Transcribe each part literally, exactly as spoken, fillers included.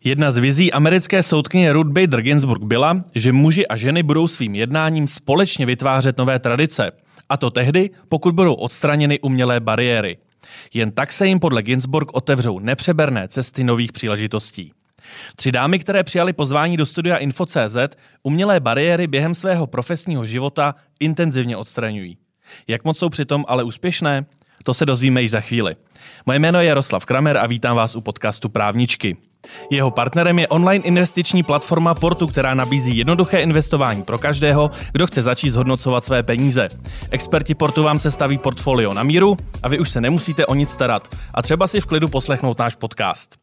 Jedna z vizí americké soudkyně Ruth Bader Ginsburg byla, že muži a ženy budou svým jednáním společně vytvářet nové tradice. A to tehdy, pokud budou odstraněny umělé bariéry. Jen tak se jim podle Ginsburg otevřou nepřeberné cesty nových příležitostí. Tři dámy, které přijali pozvání do studia Info tečka cé zet, umělé bariéry během svého profesního života intenzivně odstraňují. Jak moc jsou přitom ale úspěšné? To se dozvíme již za chvíli. Moje jméno je Jaroslav Kramer a vítám vás u podcastu Právničky. Jeho partnerem je online investiční platforma Portu, která nabízí jednoduché investování pro každého, kdo chce začít zhodnocovat své peníze. Experti Portu vám sestaví portfolio na míru a vy už se nemusíte o nic starat a třeba si v klidu poslechnout náš podcast.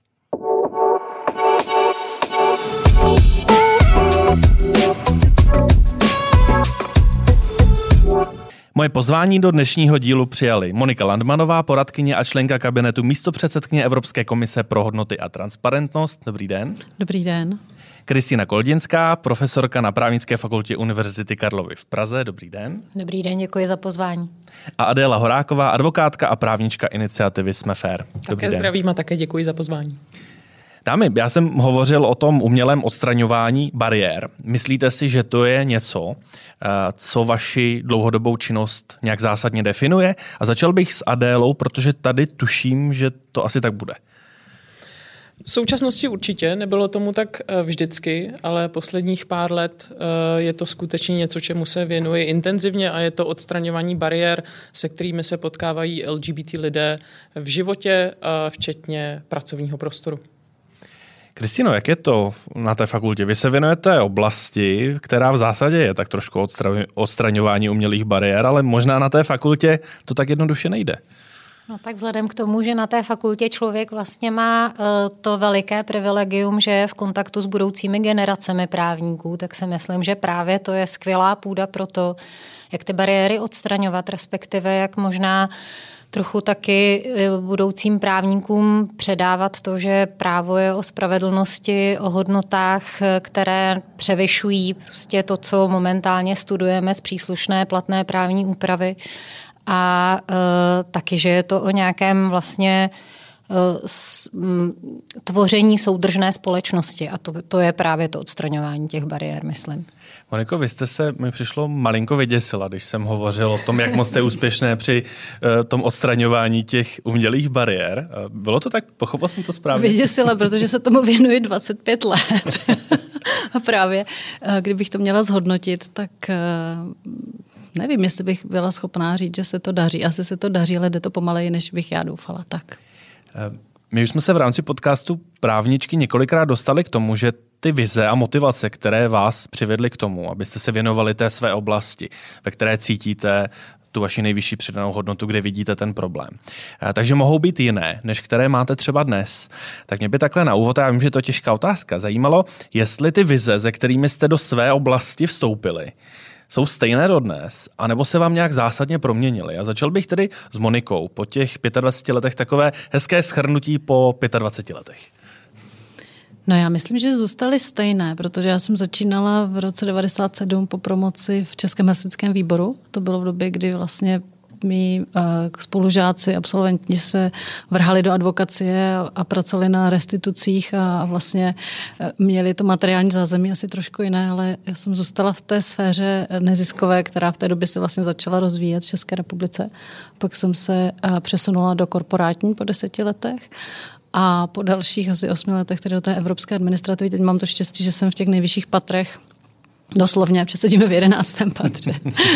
Moje pozvání do dnešního dílu přijali Monika Landmanová, poradkyně a členka kabinetu místopředsedkyně Evropské komise pro hodnoty a transparentnost. Dobrý den. Dobrý den. Kristýna Koldinská, profesorka na Právnické fakultě Univerzity Karlovy v Praze. Dobrý den. Dobrý den, děkuji za pozvání. A Adéla Horáková, advokátka a právnička iniciativy Jsme fér. Také zdravím a také děkuji za pozvání. Dámy, já jsem hovořil o tom umělém odstraňování bariér. Myslíte si, že to je něco, co vaši dlouhodobou činnost nějak zásadně definuje? A začal bych s Adélou, protože tady tuším, že to asi tak bude. V současnosti určitě, nebylo tomu tak vždycky, ale posledních pár let je to skutečně něco, čemu se věnuje intenzivně a je to odstraňování bariér, se kterými se potkávají L G B T lidé v životě, včetně pracovního prostoru. Kristýno, jak je to na té fakultě? Vy se věnujete oblasti, která v zásadě je tak trošku odstraňování umělých bariér, ale možná na té fakultě to tak jednoduše nejde. No tak vzhledem k tomu, že na té fakultě člověk vlastně má to veliké privilegium, že je v kontaktu s budoucími generacemi právníků, tak si myslím, že právě to je skvělá půda pro to, jak ty bariéry odstraňovat, respektive jak možná trochu taky budoucím právníkům předávat to, že právo je o spravedlnosti, o hodnotách, které převyšují prostě to, co momentálně studujeme z příslušné platné právní úpravy a e, taky, že je to o nějakém vlastně e, s, m, tvoření soudržné společnosti a to, to je právě to odstraňování těch bariér, myslím. Moniko, vy jste se, mi přišlo malinko vyděsila, když jsem hovořil o tom, jak moc jste úspěšné při uh, tom odstraňování těch umělých bariér. Bylo to tak? Pochopil jsem to správně? Vyděsila, protože se tomu věnuji dvacet pět let. A právě, kdybych to měla zhodnotit, tak nevím, jestli bych byla schopná říct, že se to daří. Asi se to daří, ale jde to pomaleji, než bych já doufala. Tak. My už jsme se v rámci podcastu Právničky několikrát dostali k tomu, že ty vize a motivace, které vás přivedly k tomu, abyste se věnovali té své oblasti, ve které cítíte tu vaši nejvyšší přidanou hodnotu, kde vidíte ten problém. Takže mohou být jiné, než které máte třeba dnes. Tak mě by takhle na úvod, já vím, že je to těžká otázka, zajímalo, jestli ty vize, ze kterými jste do své oblasti vstoupili, jsou stejné dodnes, anebo se vám nějak zásadně proměnily. A začal bych tedy s Monikou po těch dvaceti pěti letech takové hezké shrnutí po dvaceti pěti letech. No já myslím, že zůstaly stejné, protože já jsem začínala v roce devadesát sedm po promoci v Českém hasičském výboru. To bylo v době, kdy vlastně mí uh, spolužáci, absolventi se vrhali do advokacie a, a pracovali na restitucích a, a vlastně uh, měli to materiální zázemí asi trošku jiné, ale já jsem zůstala v té sféře neziskové, která v té době se vlastně začala rozvíjet v České republice. Pak jsem se uh, přesunula do korporátní po deseti letech. A po dalších asi osmi letech, tedy do té evropské administrativy, teď mám to štěstí, že jsem v těch nejvyšších patrech, doslovně, protože sedíme v jedenáctém patře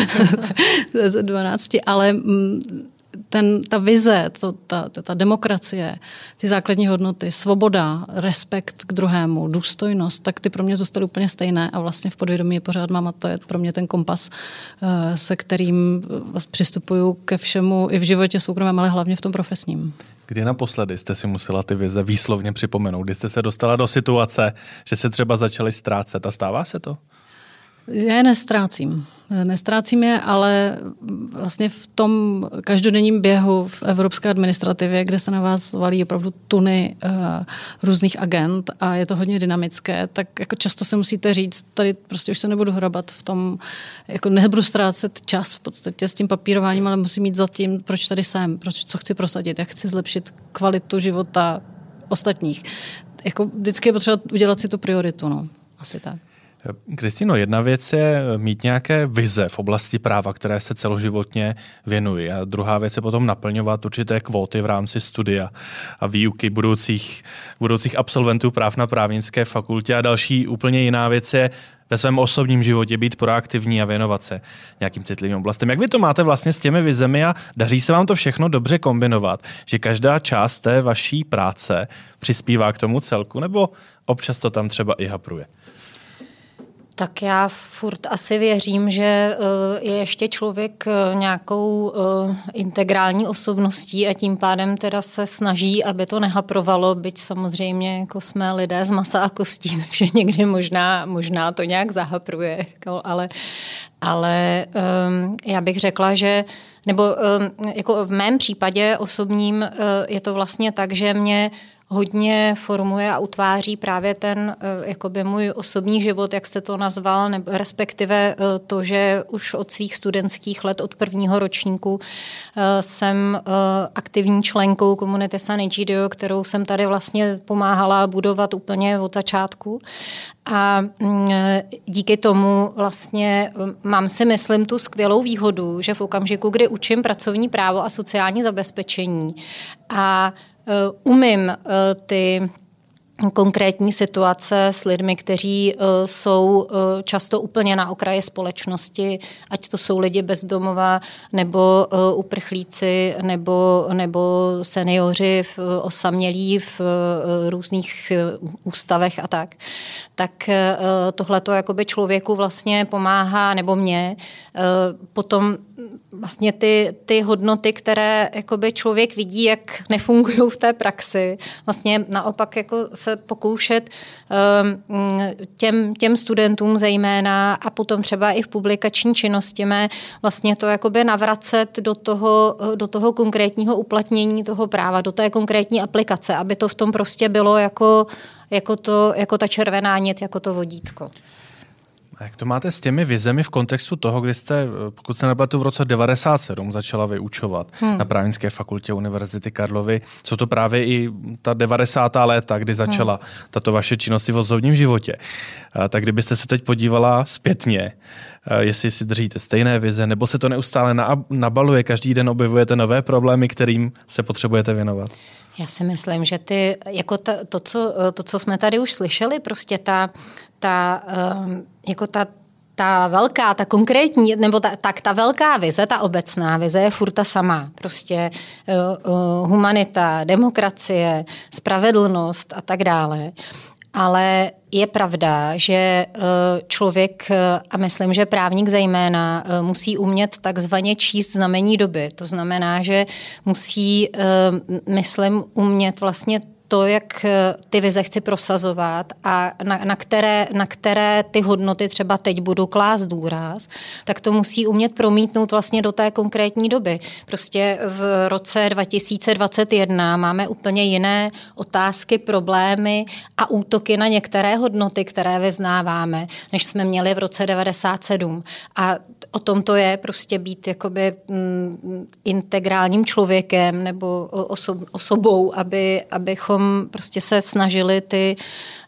ze dvanácti, ale ten, ta vize, to, ta, ta demokracie, ty základní hodnoty, svoboda, respekt k druhému, důstojnost, tak ty pro mě zůstaly úplně stejné a vlastně v podvědomí je pořád mám a to je pro mě ten kompas, se kterým přistupuju ke všemu i v životě soukromém, ale hlavně v tom profesním. Kdy naposledy jste si musela ty vize výslovně připomenout? Kdy jste se dostala do situace, že se třeba začaly ztrácet a stává se to? Já je nestrácím. Nestrácím je, ale vlastně v tom každodenním běhu v evropské administrativě, kde se na vás valí opravdu tuny uh, různých agent a je to hodně dynamické, tak jako často se musíte říct, tady prostě už se nebudu hrabat v tom, jako nebudu ztrácet čas v podstatě s tím papírováním, ale musím mít za tím, proč tady jsem, proč, co chci prosadit, jak chci zlepšit kvalitu života ostatních. Jako vždycky je potřeba udělat si tu prioritu, no. Asi tak. Kristýno, jedna věc je mít nějaké vize v oblasti práva, které se celoživotně věnují. A druhá věc je potom naplňovat určité kvóty v rámci studia a výuky budoucích, budoucích absolventů práv na právnické fakultě. A další úplně jiná věc je ve svém osobním životě být proaktivní a věnovat se nějakým citlivým oblastem. Jak vy to máte vlastně s těmi vizemi a daří se vám to všechno dobře kombinovat, že každá část té vaší práce přispívá k tomu celku, nebo občas to tam třeba i hapruje? Tak já furt asi věřím, že je ještě člověk nějakou integrální osobností a tím pádem teda se snaží, aby to nehaprovalo, byť samozřejmě jako jsme lidé z masa a kostí, takže někdy možná, možná to nějak zahapruje, ale, ale já bych řekla, že nebo jako v mém případě osobním je to vlastně tak, že mě hodně formuje a utváří právě ten jakoby můj osobní život, jak jste to nazval, nebo respektive to, že už od svých studentských let, od prvního ročníku jsem aktivní členkou komunity San Egidio, kterou jsem tady vlastně pomáhala budovat úplně od začátku. A díky tomu vlastně mám si, myslím, tu skvělou výhodu, že v okamžiku, kdy učím pracovní právo a sociální zabezpečení a umím ty konkrétní situace s lidmi, kteří jsou často úplně na okraji společnosti, ať to jsou lidi bezdomova, nebo uprchlíci, nebo, nebo seniori osamělí v různých ústavech a tak. Tak tohleto jakoby člověku vlastně pomáhá, nebo mě, potom vlastně ty, ty hodnoty, které jakoby člověk vidí, jak nefungují v té praxi, vlastně naopak jako se pokoušet těm, těm studentům zejména a potom třeba i v publikační činnosti mé vlastně to jakoby navracet do toho, do toho konkrétního uplatnění toho práva, do té konkrétní aplikace, aby to v tom prostě bylo jako, jako, to, jako ta červená nit, jako to vodítko. A jak to máte s těmi vizemi v kontextu toho, kdy jste, pokud se nepletu, v roce devadesát sedm začala vyučovat hmm. na právnické fakultě Univerzity Karlovy? Jsou to právě i ta devadesátá léta, kdy začala hmm. tato vaše činnost v osobním životě. A tak kdybyste se teď podívala zpětně, jestli si držíte stejné vize, nebo se to neustále nabaluje, každý den objevujete nové problémy, kterým se potřebujete věnovat? Já si myslím, že ty, jako ta, to, co, to, co jsme tady už slyšeli, prostě ta, ta, jako ta, ta velká, ta konkrétní, nebo ta, tak ta velká vize, ta obecná vize je furt ta samá. Prostě uh, uh, humanita, demokracie, spravedlnost a tak dále. Ale je pravda, že člověk, a myslím, že právník zejména, musí umět takzvaně číst znamení doby. To znamená, že musí, myslím, umět vlastně to, jak ty vize chci prosazovat a na, na, které, na které ty hodnoty třeba teď budu klást důraz, tak to musí umět promítnout vlastně do té konkrétní doby. Prostě v roce dva tisíce dvacet jedna máme úplně jiné otázky, problémy a útoky na některé hodnoty, které vyznáváme, než jsme měli v roce devadesát sedm. A o tom to je prostě být jakoby mm, integrálním člověkem nebo osob, osobou, aby, abychom prostě se snažili ty,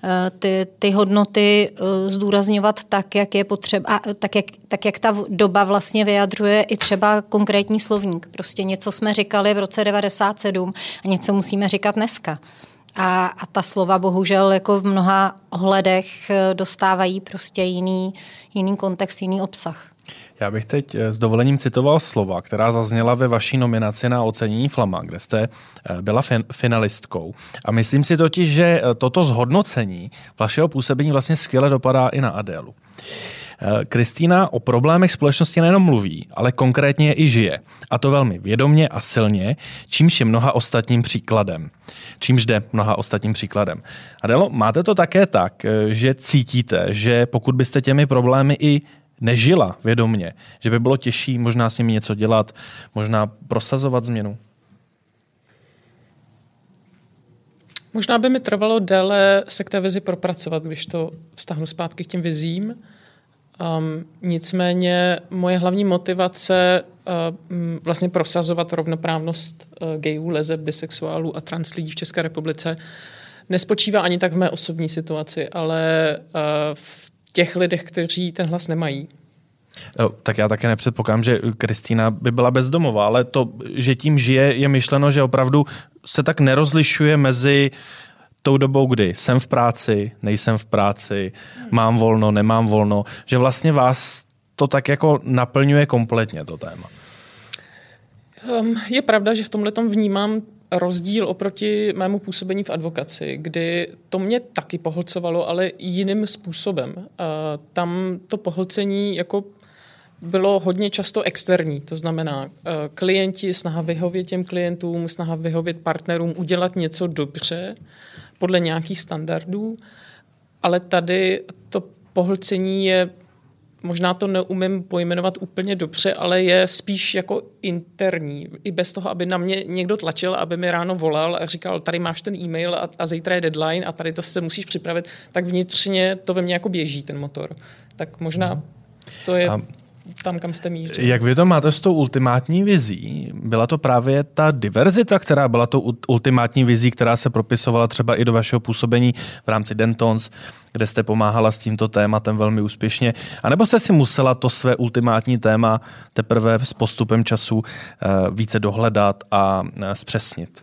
ty, ty hodnoty zdůrazňovat tak, jak je potřeba, a tak jak, tak, jak ta doba vlastně vyjadřuje i třeba konkrétní slovník. Prostě něco jsme říkali v roce devadesát sedm a něco musíme říkat dneska. A, a ta slova bohužel jako v mnoha ohledech dostávají prostě jiný, jiný kontext, jiný obsah. Já bych teď s dovolením citoval slova, která zazněla ve vaší nominaci na ocenění Flama, kde jste byla fin- finalistkou. A myslím si totiž, že toto zhodnocení vašeho působení vlastně skvěle dopadá i na Adélu. Kristýna o problémech společnosti nejenom mluví, ale konkrétně je i žije. A to velmi vědomě a silně, čímž je mnoha ostatním příkladem. Čímž jde mnoha ostatním příkladem. Adélo, máte to také tak, že cítíte, že pokud byste těmi problémy i nežila vědomě, že by bylo těžší možná s nimi něco dělat, možná prosazovat změnu? Možná by mi trvalo déle se k té vizi propracovat, když to vztahnu zpátky k těm vizím. Um, nicméně moje hlavní motivace uh, vlastně prosazovat rovnoprávnost uh, gayů, leseb, bisexuálů a trans lidí v České republice nespočívá ani tak v mé osobní situaci, ale uh, v těch lidech, kteří ten hlas nemají. Jo, tak já také nepředpokládám, že Kristýna by byla bezdomová, ale to, že tím žije, je myšleno, že opravdu se tak nerozlišuje mezi tou dobou, kdy jsem v práci, nejsem v práci, mám volno, nemám volno, že vlastně vás to tak jako naplňuje kompletně to téma. Um, je pravda, že v tomhletom vnímám rozdíl oproti mému působení v advokaci, kdy to mě taky pohlcovalo, ale jiným způsobem. Uh, tam to pohlcení jako bylo hodně často externí, to znamená uh, klienti, snaha vyhovět těm klientům, snaha vyhovět partnerům, udělat něco dobře podle nějakých standardů, ale tady to pohlcení je, možná to neumím pojmenovat úplně dobře, ale je spíš jako interní. I bez toho, aby na mě někdo tlačil, aby mi ráno volal a říkal, tady máš ten e-mail a, a zítra je deadline a tady to se musíš připravit, tak vnitřně to ve mně jako běží ten motor. Tak možná to je a tam, kam jste mířili. Jak vy to máte s tou ultimátní vizí? Byla to právě ta diverzita, která byla tou ultimátní vizí, která se propisovala třeba i do vašeho působení v rámci Dentons, kde jste pomáhala s tímto tématem velmi úspěšně? A nebo jste si musela to své ultimátní téma teprve s postupem času více dohledat a zpřesnit?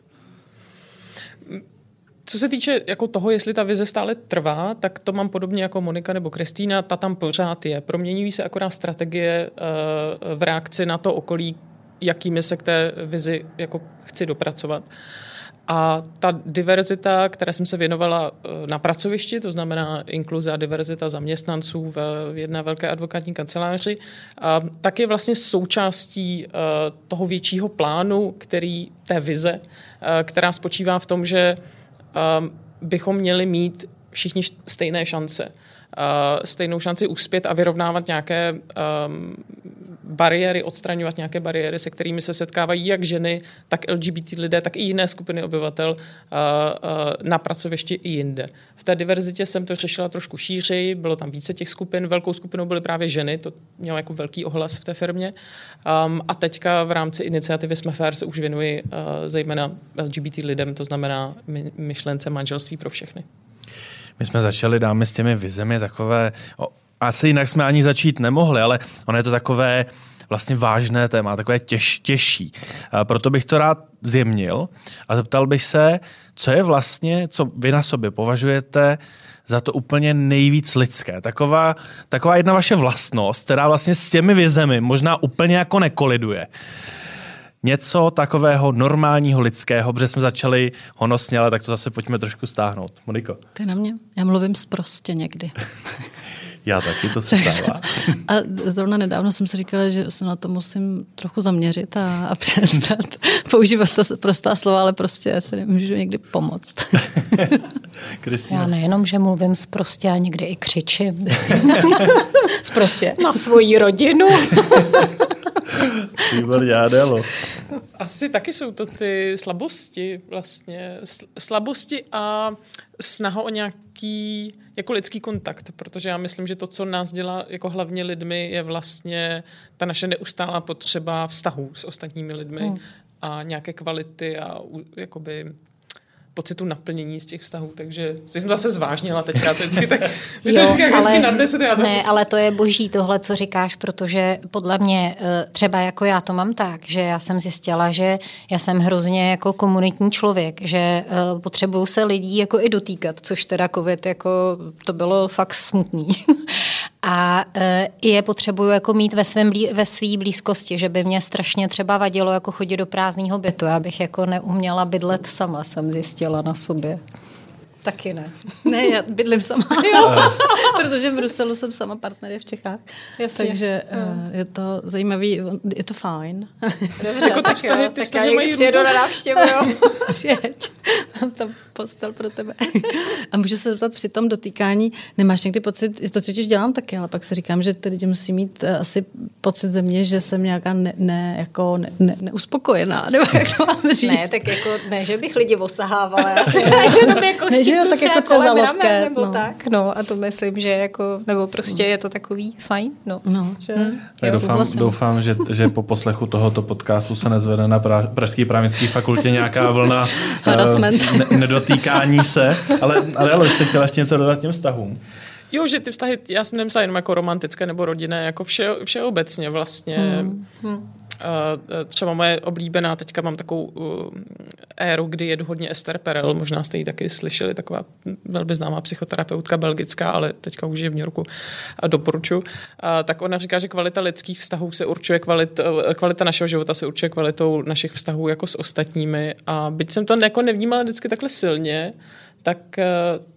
Co se týče jako toho, jestli ta vize stále trvá, tak to mám podobně jako Monika nebo Kristýna, ta tam pořád je. Proměňují se akorát strategie v reakci na to okolí, jakými se k té vizi jako chci dopracovat. A ta diverzita, které jsem se věnovala na pracovišti, to znamená inkluze a diverzita zaměstnanců v jedné velké advokátní kanceláři, tak je vlastně součástí toho většího plánu, který té vize, která spočívá v tom, že bychom měli mít všichni stejné šance. Stejnou šanci uspět a vyrovnávat nějaké um, bariéry, odstraňovat nějaké bariéry, se kterými se setkávají jak ženy, tak L G B T lidé, tak i jiné skupiny obyvatel uh, uh, na pracovišti i jinde. V té diverzitě jsem to řešila trošku šířeji, bylo tam více těch skupin, velkou skupinou byly právě ženy, to mělo jako velký ohlas v té firmě. Um, a teďka v rámci iniciativy Jsme fair se už věnuji uh, zejména L G B T lidem, to znamená my, myšlence manželství pro všechny. My jsme začali, dáme, s těmi vizemi takové, o, asi jinak jsme ani začít nemohli, ale ono je to takové vlastně vážné téma, takové těž, těžší. A proto bych to rád zjemnil a zeptal bych se, co je vlastně, co vy na sobě považujete za to úplně nejvíc lidské. Taková, taková jedna vaše vlastnost, která vlastně s těmi vizemi možná úplně jako nekoliduje. Něco takového normálního lidského, protože jsme začali honosně, ale tak to zase pojďme trošku stáhnout. Moniko. Ty na mě? Já mluvím sprostě někdy. Já taky, to se stává. A zrovna nedávno jsem si říkala, že se na to musím trochu zaměřit a, a přestat používat to prostá slova, ale prostě si nemůžu někdy pomoct. Kristýna. Já nejenom, že mluvím sprostě, a někdy i křičím. Sprostě. Na svoji rodinu. Výborně, Adélo. Asi taky jsou to ty slabosti vlastně. Slabosti a snaha o nějaký jako lidský kontakt, protože já myslím, že to, co nás dělá jako hlavně lidmi, je vlastně ta naše neustálá potřeba vztahů s ostatními lidmi hmm. a nějaké kvality a jakoby pocitu naplnění z těch vztahů, takže jsem zase zvážnila teďka, to vždycky tak vždycky jak hezky nadnesete. Já to ne, zase... ale to je boží tohle, co říkáš, protože podle mě třeba jako já to mám tak, že já jsem zjistila, že já jsem hrozně jako komunitní člověk, že potřebuju se lidí jako i dotýkat, což teda covid jako to bylo fakt smutný. A je potřebuju jako mít ve svém ve své blízkosti, že by mě strašně třeba vadilo jako chodit do prázdného bytu. Já bych jako neuměla bydlet sama, jsem zjistila na sobě. Taky ne. Ne, já bydlím sama, jo. Protože v Bruselu jsem sama partner v Čechách. Jasně. Takže uh, je to zajímavý, je to fajn. Dobře, jako ty vztahy, ty vztahy mají přijedu na návštěvu, jo. Sjeď. Mám tam postel pro tebe. A můžu se zeptat při tom dotýkání, nemáš někdy pocit, to totiž dělám taky, ale pak si říkám, že ty lidi musí mít asi pocit ze mě, že jsem nějaká ne, ne, jako ne, ne, neuspokojená, nebo jak to mám říct? Ne, tak jako, ne, že bych lidi osahávala, já si jenom jako ne, že jo, tak jako kolem za ramen, nebo no. tak, no, a to myslím, že jako, nebo prostě je to takový fajn, no. no. Že, hmm. Tak doufám, doufám že, že po poslechu tohoto podcastu se nezvede na pra, Pražské právnické fakultě nějaká vlna uh, nedotýkání se, ale, ale, ale jste chtěla ještě něco dodat těm vztahům? Jo, že ty vztahy, já jsem nemyslela jenom jako romantické nebo rodinné, jako vše, všeobecně vlastně. Hmm. Hmm. Třeba moje oblíbená, teďka mám takovou uh, éru, kdy jedu hodně Esther Perel, možná jste ji taky slyšeli, taková velmi známá psychoterapeutka belgická, ale teďka už je v New Yorku a doporučuji. A tak ona říká, že kvalita lidských vztahů se určuje, kvalit, kvalita našeho života se určuje kvalitou našich vztahů jako s ostatními a byť jsem to jako nevnímala vždycky takhle silně, tak uh,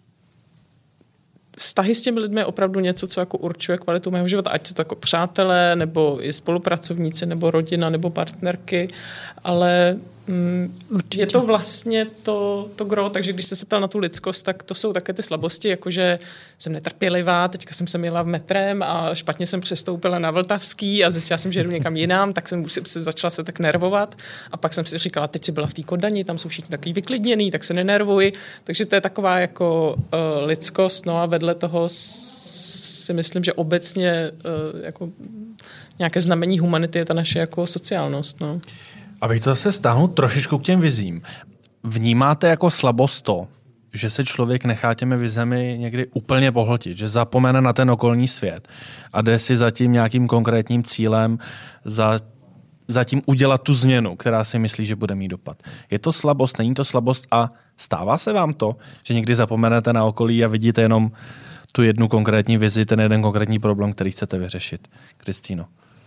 vztahy s těmi lidmi je opravdu něco, co jako určuje kvalitu mého života, ať jsou to jako přátelé, nebo i spolupracovníci, nebo rodina, nebo partnerky, ale mm, je to vlastně to, to gro, takže když jste se ptal na tu lidskost, tak to jsou také ty slabosti, jakože jsem netrpělivá, teďka jsem se měla v metrem a špatně jsem přestoupila na Vltavský a zjistila jsem, že jdu někam jinam, tak jsem se začala se tak nervovat a pak jsem si říkala, teď si byla v té Kodani, tam jsou všichni takový vyklidněný, tak se nenervuji, takže to je taková jako uh, lidskost, no a vedle toho si myslím, že obecně uh, jako nějaké znamení humanity je ta naše jako sociálnost, no. Abych to zase stáhnul trošičku k těm vizím. Vnímáte jako slabost to, že se člověk nechá těmi vizemi někdy úplně pohltit, že zapomene na ten okolní svět a jde si za tím nějakým konkrétním cílem, za, za tím udělat tu změnu, která si myslí, že bude mít dopad. Je to slabost, není to slabost a stává se vám to, že někdy zapomenete na okolí a vidíte jenom tu jednu konkrétní vizi, ten jeden konkrétní problém, který chcete vyřešit? Kristýno.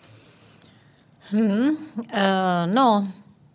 Hmm, uh, no,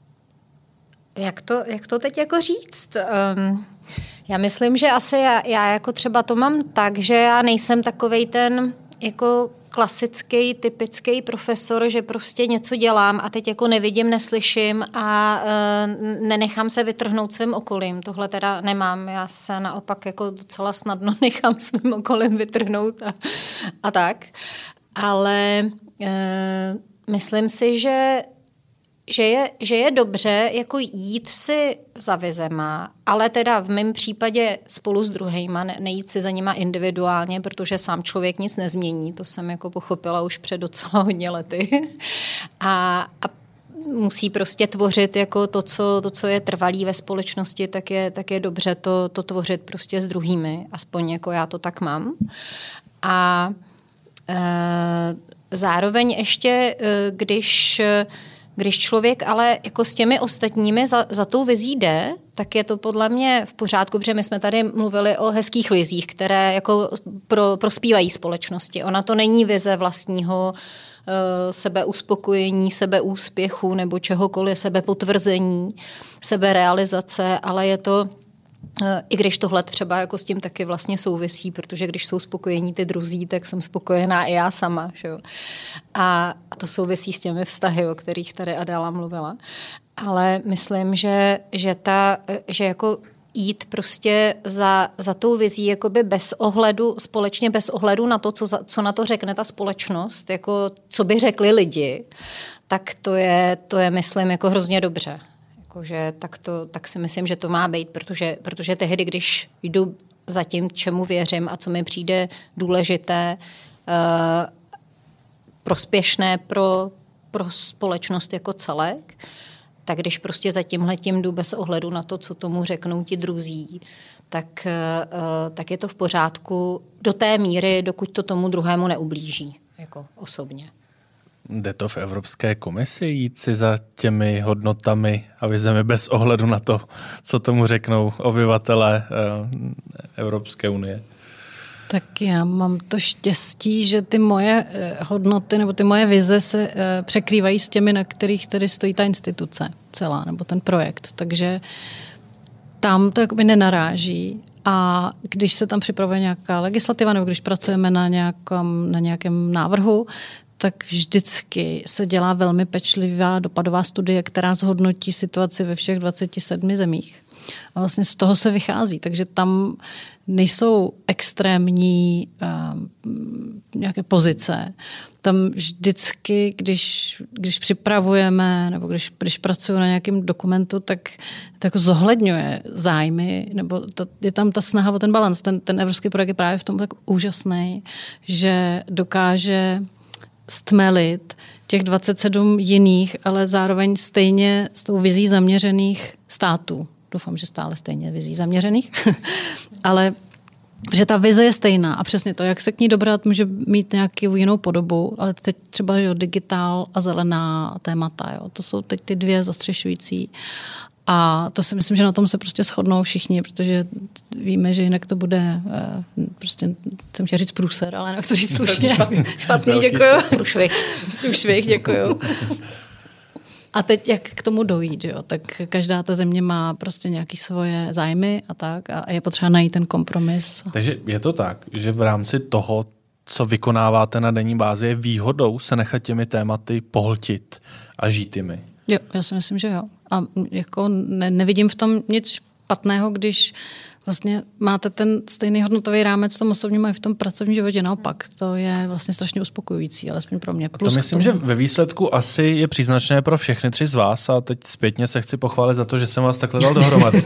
jak to, jak to teď jako říct? Um, já myslím, že asi já, já jako třeba to mám tak, že já nejsem takovej ten jako klasický, typický profesor, že prostě něco dělám a teď jako nevidím, neslyším a uh, nenechám se vytrhnout svým okolím. Tohle teda nemám. Já se naopak jako docela snadno nechám svým okolím vytrhnout a, a tak. Ale uh, myslím si, že, že, je, že je dobře jako jít si za vizema, ale teda v mém případě spolu s druhejma, ne, nejít si za nima individuálně, protože sám člověk nic nezmění, to jsem jako pochopila už před docela hodně lety. A, a musí prostě tvořit jako to, co, to, co je trvalý ve společnosti, tak je, tak je dobře to, to tvořit prostě s druhými, aspoň jako já to tak mám. A e, zároveň ještě, když, když člověk ale jako s těmi ostatními za, za tou vizí jde, tak je to podle mě v pořádku, protože my jsme tady mluvili o hezkých vizích, které jako pro, prospívají společnosti. Ona to není vize vlastního uh, sebeuspokojení, sebeúspěchu nebo čehokoliv, sebepotvrzení, seberealizace, ale je to i když tohle třeba jako s tím taky vlastně souvisí, protože když jsou spokojení ty druzí, tak jsem spokojená i já sama. Že jo? A, a to souvisí s těmi vztahy, o kterých tady Adéla mluvila. Ale myslím, že, že, ta, že jako jít prostě za, za tou vizí jakoby bez ohledu, společně bez ohledu na to, co, za, co na to řekne ta společnost, jako co by řekli lidi, tak to je, to je myslím, jako hrozně dobře. Že tak, to, tak si myslím, že to má být, protože, protože tehdy, když jdu za tím, čemu věřím a co mi přijde důležité, uh, prospěšné pro, pro společnost jako celek, tak když prostě za tímhletím jdu bez ohledu na to, co tomu řeknou ti druzí, tak, uh, tak je to v pořádku do té míry, dokud to tomu druhému neublíží, jako osobně. Jde to v Evropské komisi jít si za těmi hodnotami a vizemi bez ohledu na to, co tomu řeknou obyvatelé Evropské unie? Tak já mám to štěstí, že ty moje hodnoty nebo ty moje vize se překrývají s těmi, na kterých tedy stojí ta instituce celá, nebo ten projekt. Takže tam to jakoby nenaráží. A když se tam připravuje nějaká legislativa, nebo když pracujeme na nějakém, na nějakém návrhu, tak vždycky se dělá velmi pečlivá dopadová studie, která zhodnotí situaci ve všech dvaceti sedmi zemích. A vlastně z toho se vychází, takže tam nejsou extrémní uh, nějaké pozice. Tam vždycky, když, když připravujeme nebo když, když pracuju na nějakém dokumentu, tak, tak jako zohledňuje zájmy, nebo ta, je tam ta snaha o ten balans. Ten, ten evropský projekt je právě v tom tak úžasný, že dokáže stmelit těch dvacet sedm jiných, ale zároveň stejně s tou vizí zaměřených států. Doufám, že stále stejně vizí zaměřených, ale že ta vize je stejná a přesně to, jak se k ní dobrat, může mít nějakou jinou podobu, ale teď třeba jo, digitál a zelená témata, jo, to jsou teď ty dvě zastřešující. A to si myslím, že na tom se prostě shodnou všichni, protože víme, že jinak to bude, prostě jsem chtěla říct průser, ale jinak to říct slušně. Špatný, děkuju. Průšvih. Průšvih, děkuju. A teď jak k tomu dojít, jo? Tak každá ta země má prostě nějaké svoje zájmy a tak a je potřeba najít ten kompromis. Takže je to tak, že v rámci toho, co vykonáváte na denní bázi, je výhodou se nechat těmi tématy pohltit a žít jimi. Jo, já si myslím, že jo. A jako ne, nevidím v tom nic špatného, když vlastně máte ten stejný hodnotový rámec v tom osobním a v tom pracovním životě. Naopak, to je vlastně strašně uspokojující, alespoň pro mě. Plus to myslím, že ve výsledku asi je příznačné pro všechny tři z vás a teď zpětně se chci pochválit za to, že jsem vás takhle dal dohromady.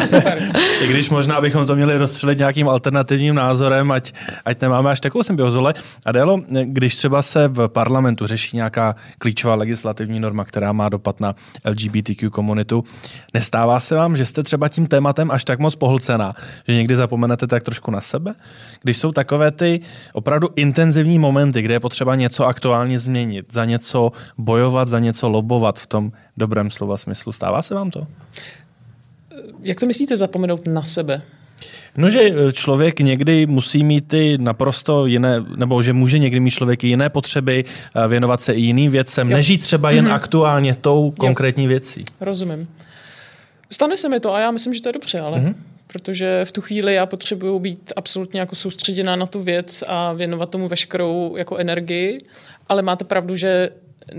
I když možná bychom to měli rozstřelit nějakým alternativním názorem, ať, ať nemáme až takovou symbiozu. Adélo, když třeba se v parlamentu řeší nějaká klíčová legislativní norma, která má dopad na L G B T Q komunitu, nestává se vám, že jste třeba tím tématem až tak moc pohlcená, že někdy zapomenete tak trošku na sebe? Když jsou takové ty opravdu intenzivní momenty, kde je potřeba něco aktuálně změnit, za něco bojovat, za něco lobovat v tom dobrém slova smyslu. Stává se vám to? Jak to myslíte zapomenout na sebe? No, že člověk někdy musí mít ty naprosto jiné, nebo že může někdy mít člověk i jiné potřeby, věnovat se i jiným věcem, jo. Nežít třeba jen mm-hmm. aktuálně tou konkrétní jo. věcí. Rozumím. Stane se mi to a já myslím, že to je dobře, ale... Mm-hmm. Protože v tu chvíli já potřebuju být absolutně jako soustředěná na tu věc a věnovat tomu veškerou jako energii, ale máte pravdu, že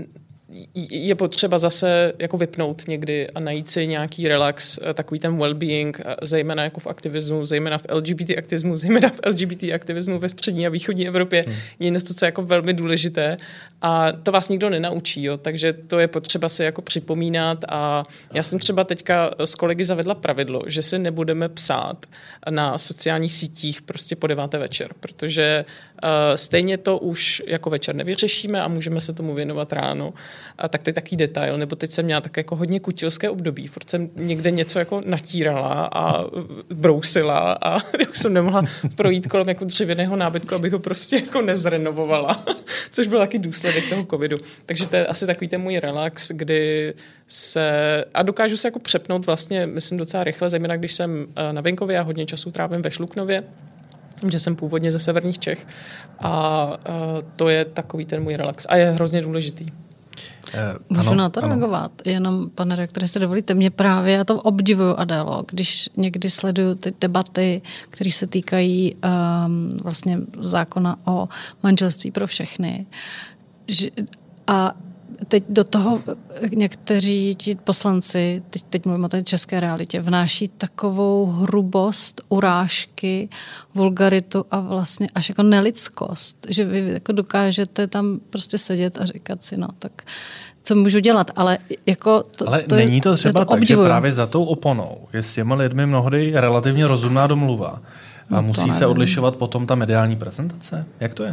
je potřeba zase jako vypnout někdy a najít si nějaký relax, takový ten well-being, zejména jako v aktivismu, zejména v L G B T aktivismu, zejména v L G B T aktivismu ve střední a východní Evropě hmm. je něco, co je jako velmi důležité a to vás nikdo nenaučí, jo? Takže to je potřeba si jako připomínat a já jsem třeba teďka s kolegy zavedla pravidlo, že si nebudeme psát na sociálních sítích prostě po deváté večer, protože uh, stejně to už jako večer nevyřešíme a můžeme se tomu věnovat ráno. A tak to je takový detail, nebo teď jsem měla tak jako hodně kutilské období, furt jsem někde něco jako natírala a brousila a já už jsem nemohla projít kolem jako dřevěného nábytku, abych ho prostě jako nezrenovovala, což byl taky důsledek toho covidu. Takže to je asi takový ten můj relax, kdy se, a dokážu se jako přepnout vlastně, myslím docela rychle, zejména když jsem na venkově a hodně času trávím ve Šluknově, že jsem původně ze severních Čech a to je takový ten můj relax a je hrozně důležitý. Eh, Můžu ano, na to ano. reagovat, jenom pane redaktore, jestli dovolíte, mě právě, já to obdivuju, Adélo, když někdy sleduju ty debaty, které se týkají um, vlastně zákona o manželství pro všechny. Že, a teď do toho někteří ti poslanci, teď, teď mluvím o té české realitě, vnáší takovou hrubost, urážky, vulgaritu a vlastně až jako nelidskost, že vy jako dokážete tam prostě sedět a říkat si, no tak co můžu dělat, ale jako to, ale to není to třeba to tak, obdivuju. Že právě za tou oponou je s těma lidmi mnohdy relativně rozumná domluva a no musí se odlišovat potom ta mediální prezentace? Jak to je?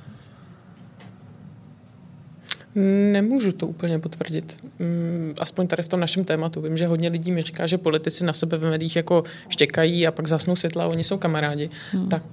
Nemůžu to úplně potvrdit. Aspoň tady v tom našem tématu. Vím, že hodně lidí mi říká, že politici na sebe v médiích jako štěkají a pak zasnou světla a oni jsou kamarádi. Hmm. Tak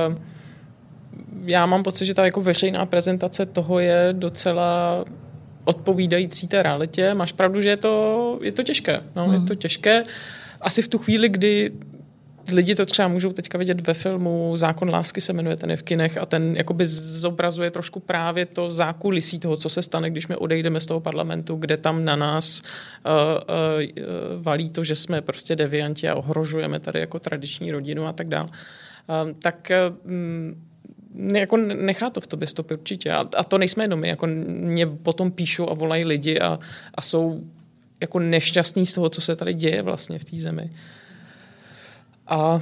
já mám pocit, že ta jako veřejná prezentace toho je docela odpovídající té realitě. Máš pravdu, že je to, je to těžké. No, hmm. Je to těžké. Asi v tu chvíli, kdy lidi to třeba můžou teďka vidět ve filmu Zákon lásky se jmenuje, ten je v kinech a ten jakoby zobrazuje trošku právě to zákulisí toho, co se stane, když my odejdeme z toho parlamentu, kde tam na nás uh, uh, valí to, že jsme prostě devianti a ohrožujeme tady jako tradiční rodinu a tak dále. Uh, tak uh, jako nechá to v tobě stopy určitě. A, a to nejsme jenom my, jako mě potom píšou a volají lidi a, a jsou jako nešťastný z toho, co se tady děje vlastně v té zemi. A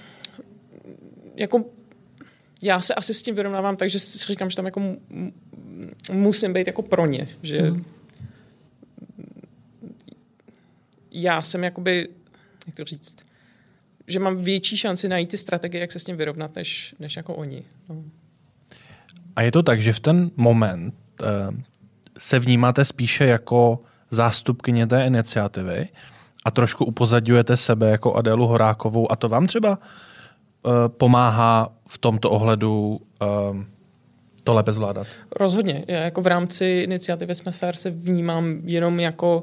jako já se asi s tím vyrovnávám, takže si říkám, že tam jako musím být jako pro ně, že mm. já jsem jakoby, jak to říct, že mám větší šanci najít ty strategie, jak se s tím vyrovnat, než, než jako oni. No. A je to tak, že v ten moment uh, se vnímáte spíše jako zástupkyně té iniciativy a trošku upozadňujete sebe jako Adélu Horákovou a to vám třeba uh, pomáhá v tomto ohledu uh, to lépe zvládat? Rozhodně. Já jako v rámci iniciativy Jsme fér se vnímám jenom jako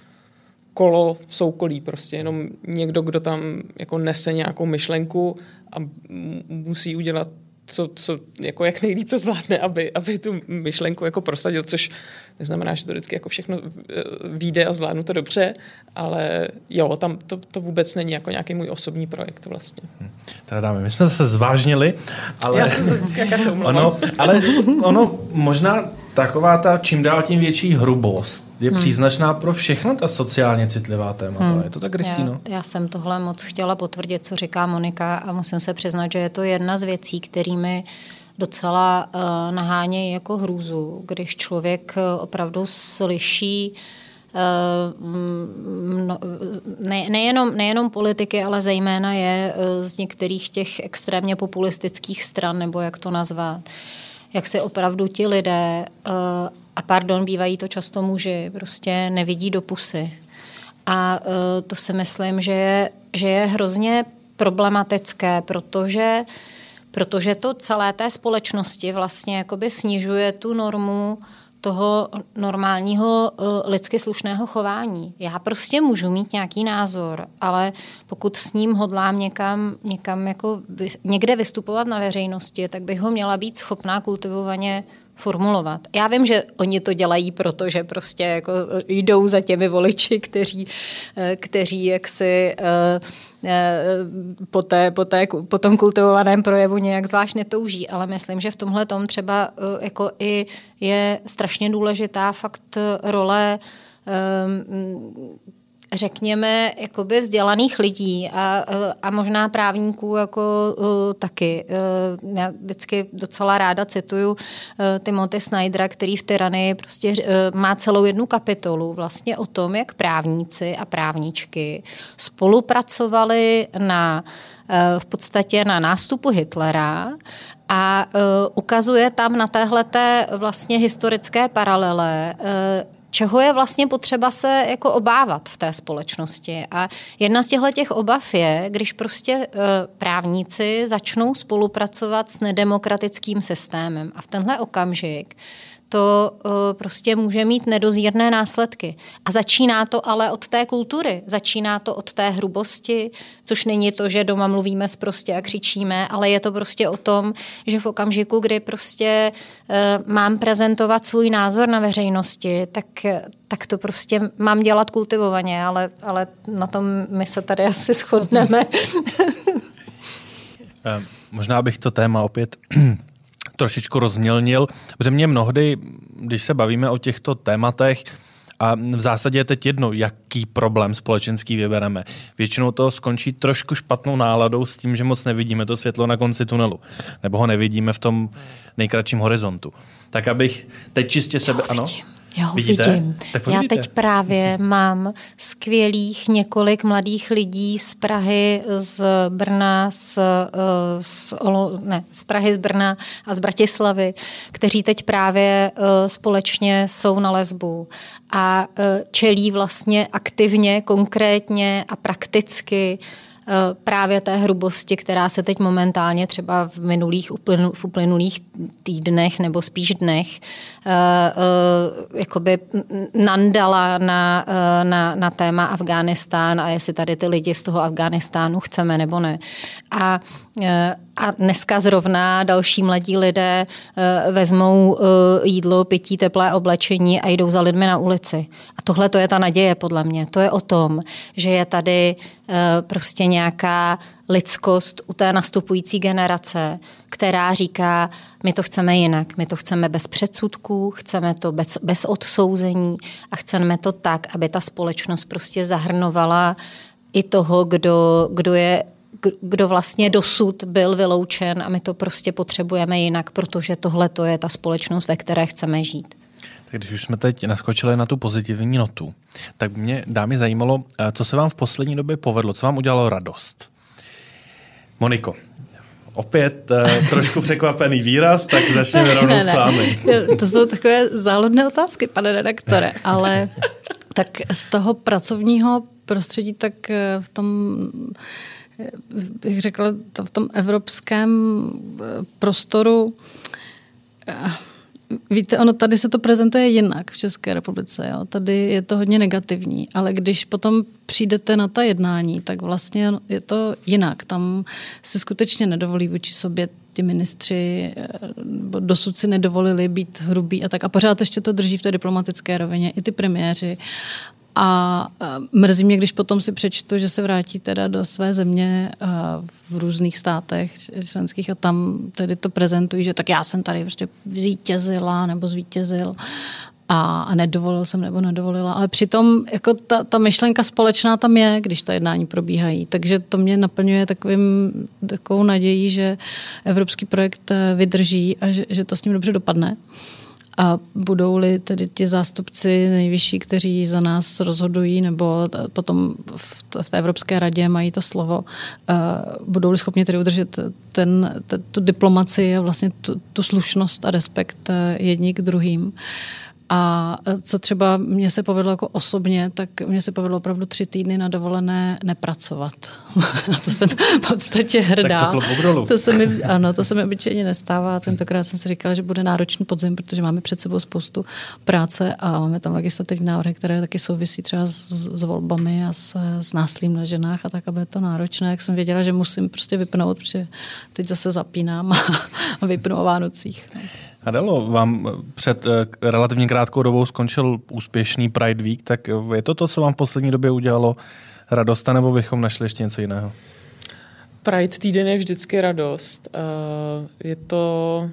kolo v soukolí, prostě jenom někdo, kdo tam jako nese nějakou myšlenku a musí udělat co, co jako jak nejlíp to zvládne, aby, aby tu myšlenku jako prosadil, což neznamená, že to vždycky jako všechno vyjde a zvládnu to dobře, ale jo, tam to, to vůbec není jako nějaký můj osobní projekt vlastně. Hmm. Teda dáme, my jsme se zvážnili, ale... Já se vždycky jaká se omlouvám. Ono, ale ono možná taková ta čím dál tím větší hrubost je hmm. příznačná pro všechna ta sociálně citlivá témata. Hmm. Je to tak, Kristýno? Já, já jsem tohle moc chtěla potvrdit, co říká Monika a musím se přiznat, že je to jedna z věcí, kterými docela uh, nahánějí jako hrůzu, když člověk uh, opravdu slyší uh, no, ne, nejenom, nejenom politiky, ale zejména je uh, z některých těch extrémně populistických stran, nebo jak to nazvat, jak se opravdu ti lidé, uh, a pardon, bývají to často muži, prostě nevidí do pusy. A uh, to si myslím, že je, že je hrozně problematické, protože protože to celé té společnosti vlastně jakoby snižuje tu normu toho normálního lidsky slušného chování. Já prostě můžu mít nějaký názor, ale pokud s ním hodlám někam, někam jako někde vystupovat na veřejnosti, tak bych ho měla být schopná kultivovaně formulovat. Já vím, že oni to dělají, protože prostě jako jdou za těmi voliči, kteří, kteří jaksi po, té, po, té, po tom kultivovaném projevu nějak zvlášť netouží, ale myslím, že v tomhle tom třeba jako i je strašně důležitá fakt role řekněme, jakoby vzdělaných lidí a, a možná právníků jako uh, taky. Uh, já vždycky docela ráda cituju uh, Timothy Snydera, který v Tyranii prostě uh, má celou jednu kapitolu vlastně o tom, jak právníci a právničky spolupracovali na uh, v podstatě na nástupu Hitlera a uh, ukazuje tam na téhleté vlastně historické paralele uh, čeho je vlastně potřeba se jako obávat v té společnosti. A jedna z těchto těch obav je, když prostě e, právníci začnou spolupracovat s nedemokratickým systémem. A v tenhle okamžik to e, prostě může mít nedozírné následky. A začíná to ale od té kultury, začíná to od té hrubosti, což není to, že doma mluvíme sprostě a křičíme, ale je to prostě o tom, že v okamžiku, kdy prostě e, mám prezentovat svůj názor na veřejnosti, tak, tak to prostě mám dělat kultivovaně, ale, ale na tom my se tady asi shodneme. Možná bych to téma opět trošičku rozmělnil, protože mě mnohdy, když se bavíme o těchto tématech, a v zásadě je teď jedno, jaký problém společenský vybereme. Většinou to skončí trošku špatnou náladou s tím, že moc nevidíme to světlo na konci tunelu. Nebo ho nevidíme v tom nejkratším horizontu. Tak abych teď čistě sebe... Ano? Já ho vidím. Já teď právě mám skvělých několik mladých lidí z Prahy, z Brna, z, z, ne, z Prahy, z Brna a z Bratislavy, kteří teď právě společně jsou na Lesbu a čelí vlastně aktivně, konkrétně a prakticky právě té hrubosti, která se teď momentálně třeba v minulých, v uplynulých týdnech nebo spíš dnech jakoby nandala na, na, na téma Afghánistán a jestli tady ty lidi z toho Afghánistánu chceme nebo ne. A, A dneska zrovna další mladí lidé vezmou jídlo, pití, teplé oblečení a jdou za lidmi na ulici. A tohle to je ta naděje podle mě. To je o tom, že je tady prostě nějaká lidskost u té nastupující generace, která říká, my to chceme jinak, my to chceme bez předsudků, chceme to bez, bez odsouzení a chceme to tak, aby ta společnost prostě zahrnovala i toho, kdo, kdo je kdo vlastně dosud byl vyloučen a my to prostě potřebujeme jinak, protože tohle to je ta společnost, ve které chceme žít. Tak když už jsme teď naskočili na tu pozitivní notu, tak mě dámy zajímalo, co se vám v poslední době povedlo, co vám udělalo radost. Moniko, opět uh, trošku překvapený výraz, tak začneme rovnou ne, ne. s vámi. To jsou takové záludné otázky, pane redaktore, ale tak z toho pracovního prostředí, tak v tom, bych řekla, v tom evropském prostoru, víte, ono tady se to prezentuje jinak v České republice. Jo? Tady je to hodně negativní, ale když potom přijdete na ta jednání, tak vlastně je to jinak. Tam se skutečně nedovolí vůči sobě ti ministři, dosud si nedovolili být hrubí a tak. A pořád ještě to drží v té diplomatické rovině i ty premiéři. A mrzí mě, když potom si přečtu, že se vrátí teda do své země v různých státech členských a tam tedy to prezentují, že tak já jsem tady prostě zvítězila nebo zvítězil a, a nedovolil jsem nebo nedovolila. Ale přitom jako ta, ta myšlenka společná tam je, když ta jednání probíhají. Takže to mě naplňuje takovým, takovou nadějí, že evropský projekt vydrží a že, že to s ním dobře dopadne. A budou-li tedy ti zástupci nejvyšší, kteří za nás rozhodují, nebo potom v té Evropské radě mají to slovo, budou-li schopni tedy udržet ten, ten, tu diplomaci a vlastně tu, tu slušnost a respekt jedni k druhým. A co třeba mně se povedlo jako osobně, tak mně se povedlo opravdu tři týdny na dovolené nepracovat. Na to jsem v podstatě hrdá. Tak to klobouk dolů. To se mi, ano, to se mi obyčejně nestává. Tentokrát jsem si říkala, že bude náročný podzim, protože máme před sebou spoustu práce a máme tam legislativní návrhy, které taky souvisí třeba s, s volbami a s, s násilím na ženách a tak, aby je to náročné. Jak jsem věděla, že musím prostě vypnout, protože teď zase zapínám a, a vypnu o Vánocích. Adelo, vám před relativně krátkou dobou skončil úspěšný Pride Week, tak je to to, co vám v poslední době udělalo radost, nebo bychom našli ještě něco jiného? Pride týden je vždycky radost. Je to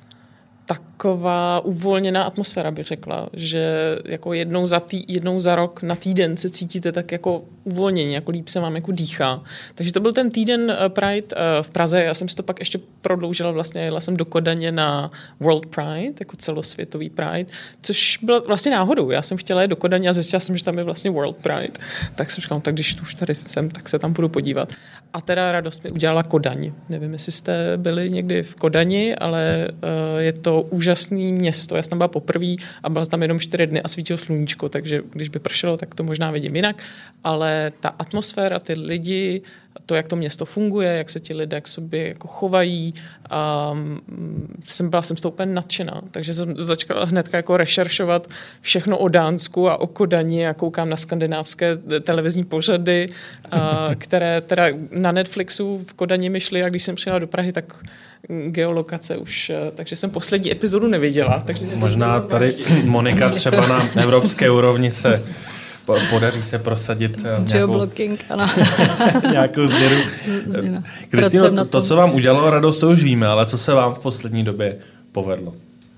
taková uvolněná atmosféra, bych řekla, že jako jednou za, tý, jednou za rok na týden se cítíte tak jako uvolnění, jako líp se vám jako dýchá. Takže to byl ten týden Pride v Praze, já jsem si to pak ještě prodloužila, vlastně jela jsem do Kodaně na World Pride, jako celosvětový Pride, což bylo vlastně náhodou. Já jsem chtěla jít do Kodaně a zjistila jsem, že tam je vlastně World Pride. Tak jsem říkala, tak když už tady jsem, tak se tam budu podívat. A teda radost mi udělala Kodaň. Nevím, jestli jste byli někdy v Kodani, ale uh, je to úžasné město. Já jsem tam byla poprvé a byla tam jenom čtyři dny a svítilo sluníčko, takže když by pršelo, tak to možná vidím jinak. Ale ta atmosféra, ty lidi, to, jak to město funguje, jak se ti lidé k sobě jako chovají, um, jsem, byla jsem z toho úplně nadšená. Takže jsem začala hnedka jako rešeršovat všechno o Dánsku a o Kodani a koukám na skandinávské televizní pořady, uh, které teda na Netflixu v Kodani mi šly a když jsem přijela do Prahy, tak geolokace už, takže jsem poslední epizodu neviděla. Takže možná tady Monika třeba na evropské úrovni se podaří se prosadit nějakou, nějakou změnu. Kristýno, to, to, co vám udělalo radost, to už víme, ale co se vám v poslední době povedlo?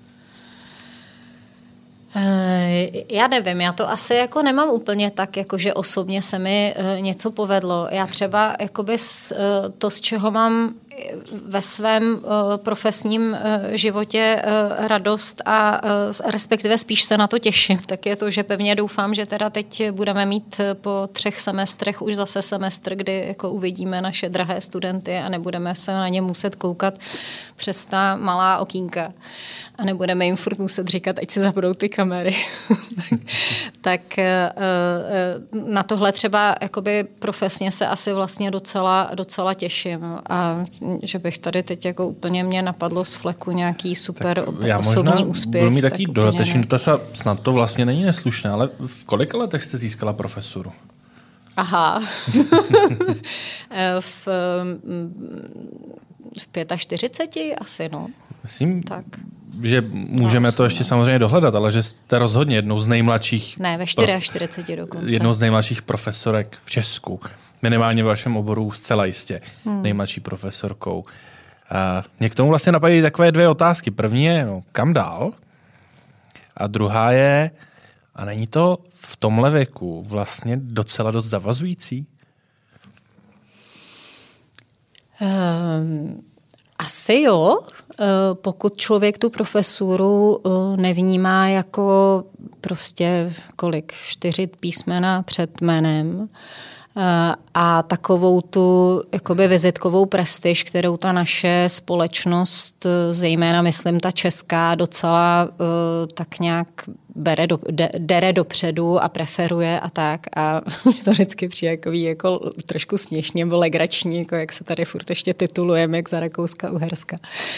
Já nevím, já to asi jako nemám úplně tak, jako že osobně se mi něco povedlo. Já třeba jakoby to, z čeho mám ve svém profesním životě radost a respektive spíš se na to těším, tak je to, že pevně doufám, že teda teď budeme mít po třech semestrech už zase semestr, kdy jako uvidíme naše drahé studenty a nebudeme se na ně muset koukat přes ta malá okýnka a nebudeme jim furt muset říkat, ať si zapnou ty kamery. Tak na tohle třeba jakoby profesně se asi vlastně docela, docela těším a že bych tady teď jako úplně mě napadlo z fleku nějaký super já osobní úspěch. Budu mít taký dodatečný dotaz a snad to vlastně není neslušné, ale v kolika letech jste získala profesuru? Aha. v, v čtyřiceti pěti asi, no. Myslím, tak. že můžeme no, to ještě no. samozřejmě dohledat, ale že jste rozhodně jednou z nejmladších... Ne, ve čtyřiceti čtyři dokonce. Jednou z nejmladších profesorek v Česku. Minimálně v vašem oboru zcela jistě. Hmm. Nejmladší profesorkou. A mě k tomu vlastně napadají takové dvě otázky. První je, no, kam dál? A druhá je, a není to v tomhle věku vlastně docela dost zavazující? Um, asi jo, pokud člověk tu profesuru nevnímá jako prostě kolik, čtyři písmena před jménem a takovou tu jakoby vizitkovou prestiž, kterou ta naše společnost, zejména myslím ta česká, docela tak nějak bere do, de, dere dopředu a preferuje a tak. A mě to vždycky přijde jako, jako trošku směšně, nebo legrační, jako jak se tady furt ještě titulujeme, jak za Rakouska, Uherska.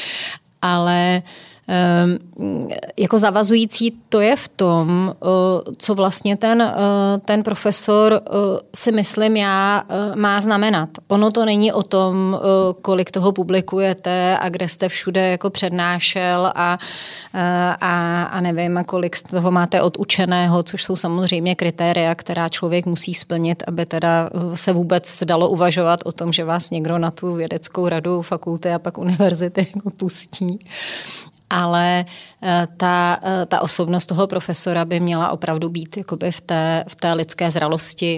Ale um, jako zavazující to je v tom, uh, co vlastně ten, uh, ten profesor uh, si myslím já uh, má znamenat. Ono to není o tom, uh, kolik toho publikujete a kde jste všude jako přednášel a, uh, a, a nevím, a kolik z toho máte odučeného, což jsou samozřejmě kritéria, která člověk musí splnit, aby teda se vůbec dalo uvažovat o tom, že vás někdo na tu vědeckou radu fakulty a pak univerzity jako pustí. Ale ta, ta osobnost toho profesora by měla opravdu být jakoby v té, v té lidské zralosti.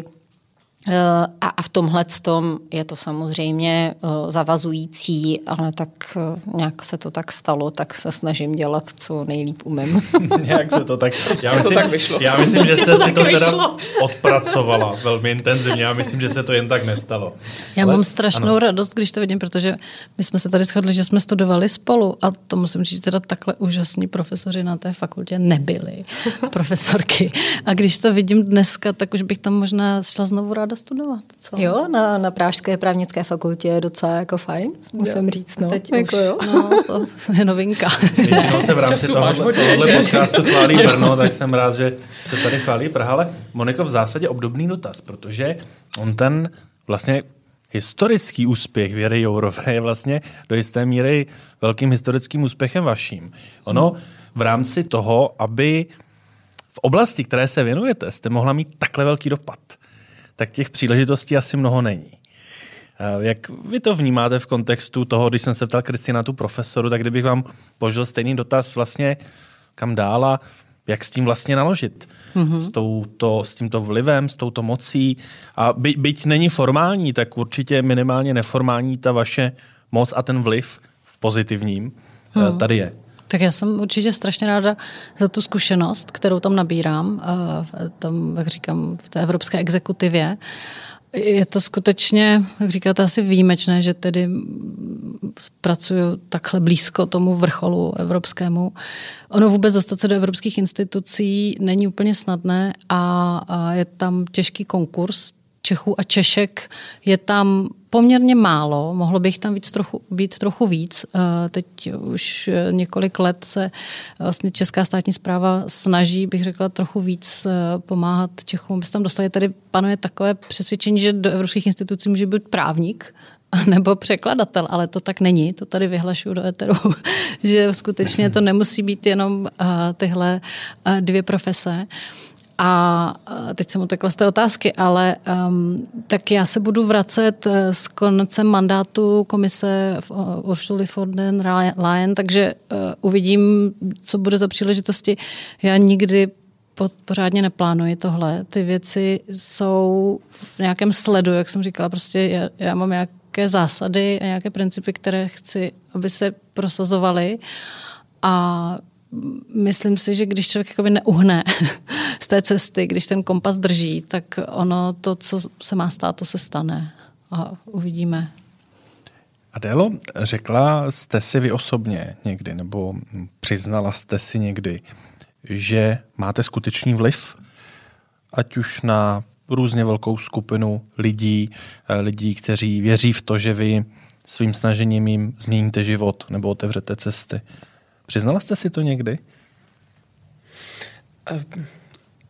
A, a v tomhle tom je to samozřejmě zavazující, ale tak nějak se to tak stalo, tak se snažím dělat, co nejlíp umím. Jak se to tak... Prostě já myslím, to tak vyšlo. Já myslím, že jste to si to teda vyšlo. odpracovala velmi intenzivně. Já myslím, že se to jen tak nestalo. Já ale, mám strašnou ano. radost, když to vidím, protože my jsme se tady shodli, že jsme studovali spolu a to musím říct, teda takhle úžasní profesoři na té fakultě nebyli. Profesorky. A když to vidím dneska, tak už bych tam možná šla znovu ráda studovat. Co? Jo, na, na Pražské právnické fakultě je docela jako fajn, musím jo. říct. No. Teď jako už, jo. no, to je novinka. Většinou se v rámci tohohle, tohohle podcastu chválí Brno, tak jsem rád, že se tady chválí Praha. Ale Moniko, v zásadě obdobný dotaz, protože on ten vlastně historický úspěch Věry Jourové je vlastně do jisté míry velkým historickým úspěchem vaším. Ono v rámci toho, aby v oblasti, které se věnujete, jste mohla mít takhle velký dopad, tak těch příležitostí asi mnoho není. Jak vy to vnímáte v kontextu toho, když jsem se ptal Kristina, tu profesoru, tak kdybych vám položil stejný dotaz vlastně kam dál a jak s tím vlastně naložit? Mm-hmm. S, touto, s tímto vlivem, s touto mocí. A by, byť není formální, tak určitě minimálně neformální ta vaše moc a ten vliv v pozitivním mm. tady je. Tak já jsem určitě strašně ráda za tu zkušenost, kterou tam nabírám, tam, jak říkám, v té evropské exekutivě. Je to skutečně, jak říkáte, asi výjimečné, že tedy pracuju takhle blízko tomu vrcholu evropskému. Ono vůbec dostat se do evropských institucí není úplně snadné a je tam těžký konkurs. Čechů a Češek je tam poměrně málo, mohlo by jich tam víc trochu, být trochu víc. Teď už několik let se vlastně Česká státní správa snaží, bych řekla, trochu víc pomáhat Čechům. Aby se tam dostali, tady panuje takové přesvědčení, že do evropských institucí může být právník nebo překladatel, ale to tak není, to tady vyhlašuju do éteru, že skutečně to nemusí být jenom tyhle dvě profese. A teď jsem utekla z té otázky, ale um, tak já se budu vracet s koncem mandátu komise Ursuly von der Leyen, takže uh, uvidím, co bude za příležitosti. Já nikdy pořádně neplánuji tohle. Ty věci jsou v nějakém sledu, jak jsem říkala, prostě já, já mám nějaké zásady a nějaké principy, které chci, aby se prosazovaly a myslím si, že když člověk jakoby neuhne z té cesty, když ten kompas drží, tak ono to, co se má stát, to se stane. A uvidíme. Adélo, řekla jste si vy osobně někdy, nebo přiznala jste si někdy, že máte skutečný vliv, ať už na různě velkou skupinu lidí, lidí, kteří věří v to, že vy svým snažením jim změníte život nebo otevřete cesty. Přiznala jste si to někdy?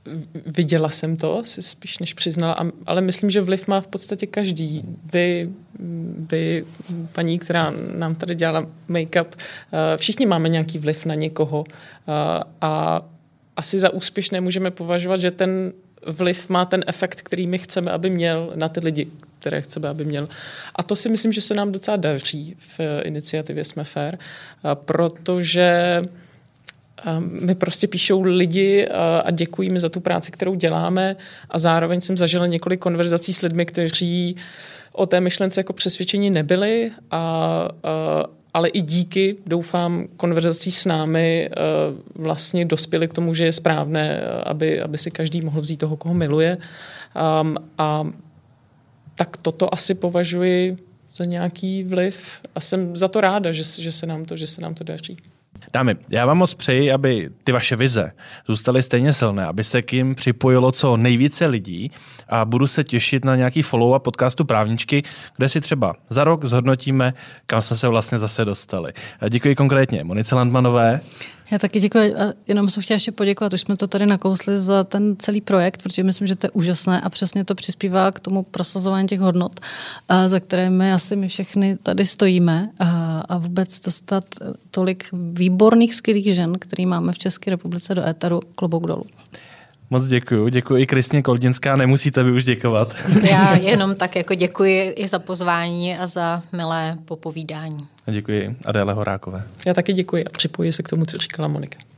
viděla jsem to, si spíš než přiznala, ale myslím, že vliv má v podstatě každý. Vy, vy paní, která nám tady dělala make-up, všichni máme nějaký vliv na někoho a asi za úspěšné můžeme považovat, že ten vliv má ten efekt, který my chceme, aby měl na ty lidi, které chceme, aby měl. A to si myslím, že se nám docela daří v iniciativě Jsme fair, protože mi prostě píšou lidi a děkují mi za tu práci, kterou děláme a zároveň jsem zažila několik konverzací s lidmi, kteří o té myšlence jako přesvědčení nebyli, a, a, ale i díky, doufám, konverzací s námi vlastně dospěli k tomu, že je správné, aby, aby si každý mohl vzít toho, koho miluje. Um, a tak toto asi považuji za nějaký vliv a jsem za to ráda, že, že, se, nám to, že se nám to daří. Dámy, já vám moc přeji, aby ty vaše vize zůstaly stejně silné, aby se k jim připojilo co nejvíce lidí a budu se těšit na nějaký follow-up podcastu Právničky, kde si třeba za rok zhodnotíme, kam jsme se vlastně zase dostali. Děkuji konkrétně Monice Landmanové. Já taky děkuji. A jenom jsem chtěla ještě poděkovat, už jsme to tady nakousli za ten celý projekt, protože myslím, že to je úžasné a přesně to přispívá k tomu prosazování těch hodnot, za které my asi my všechny tady stojíme a, a vůbec dostat tolik výborných, skvělých žen, který máme v České republice do éteru, klobouk dolů. Moc děkuji. Děkuji i Kristýně Koldinská, nemusíte vy už děkovat. Já jenom tak jako děkuji i za pozvání a za milé popovídání. Děkuji Adéle Horákové. Já taky děkuji a připojuji se k tomu, co říkala Monika.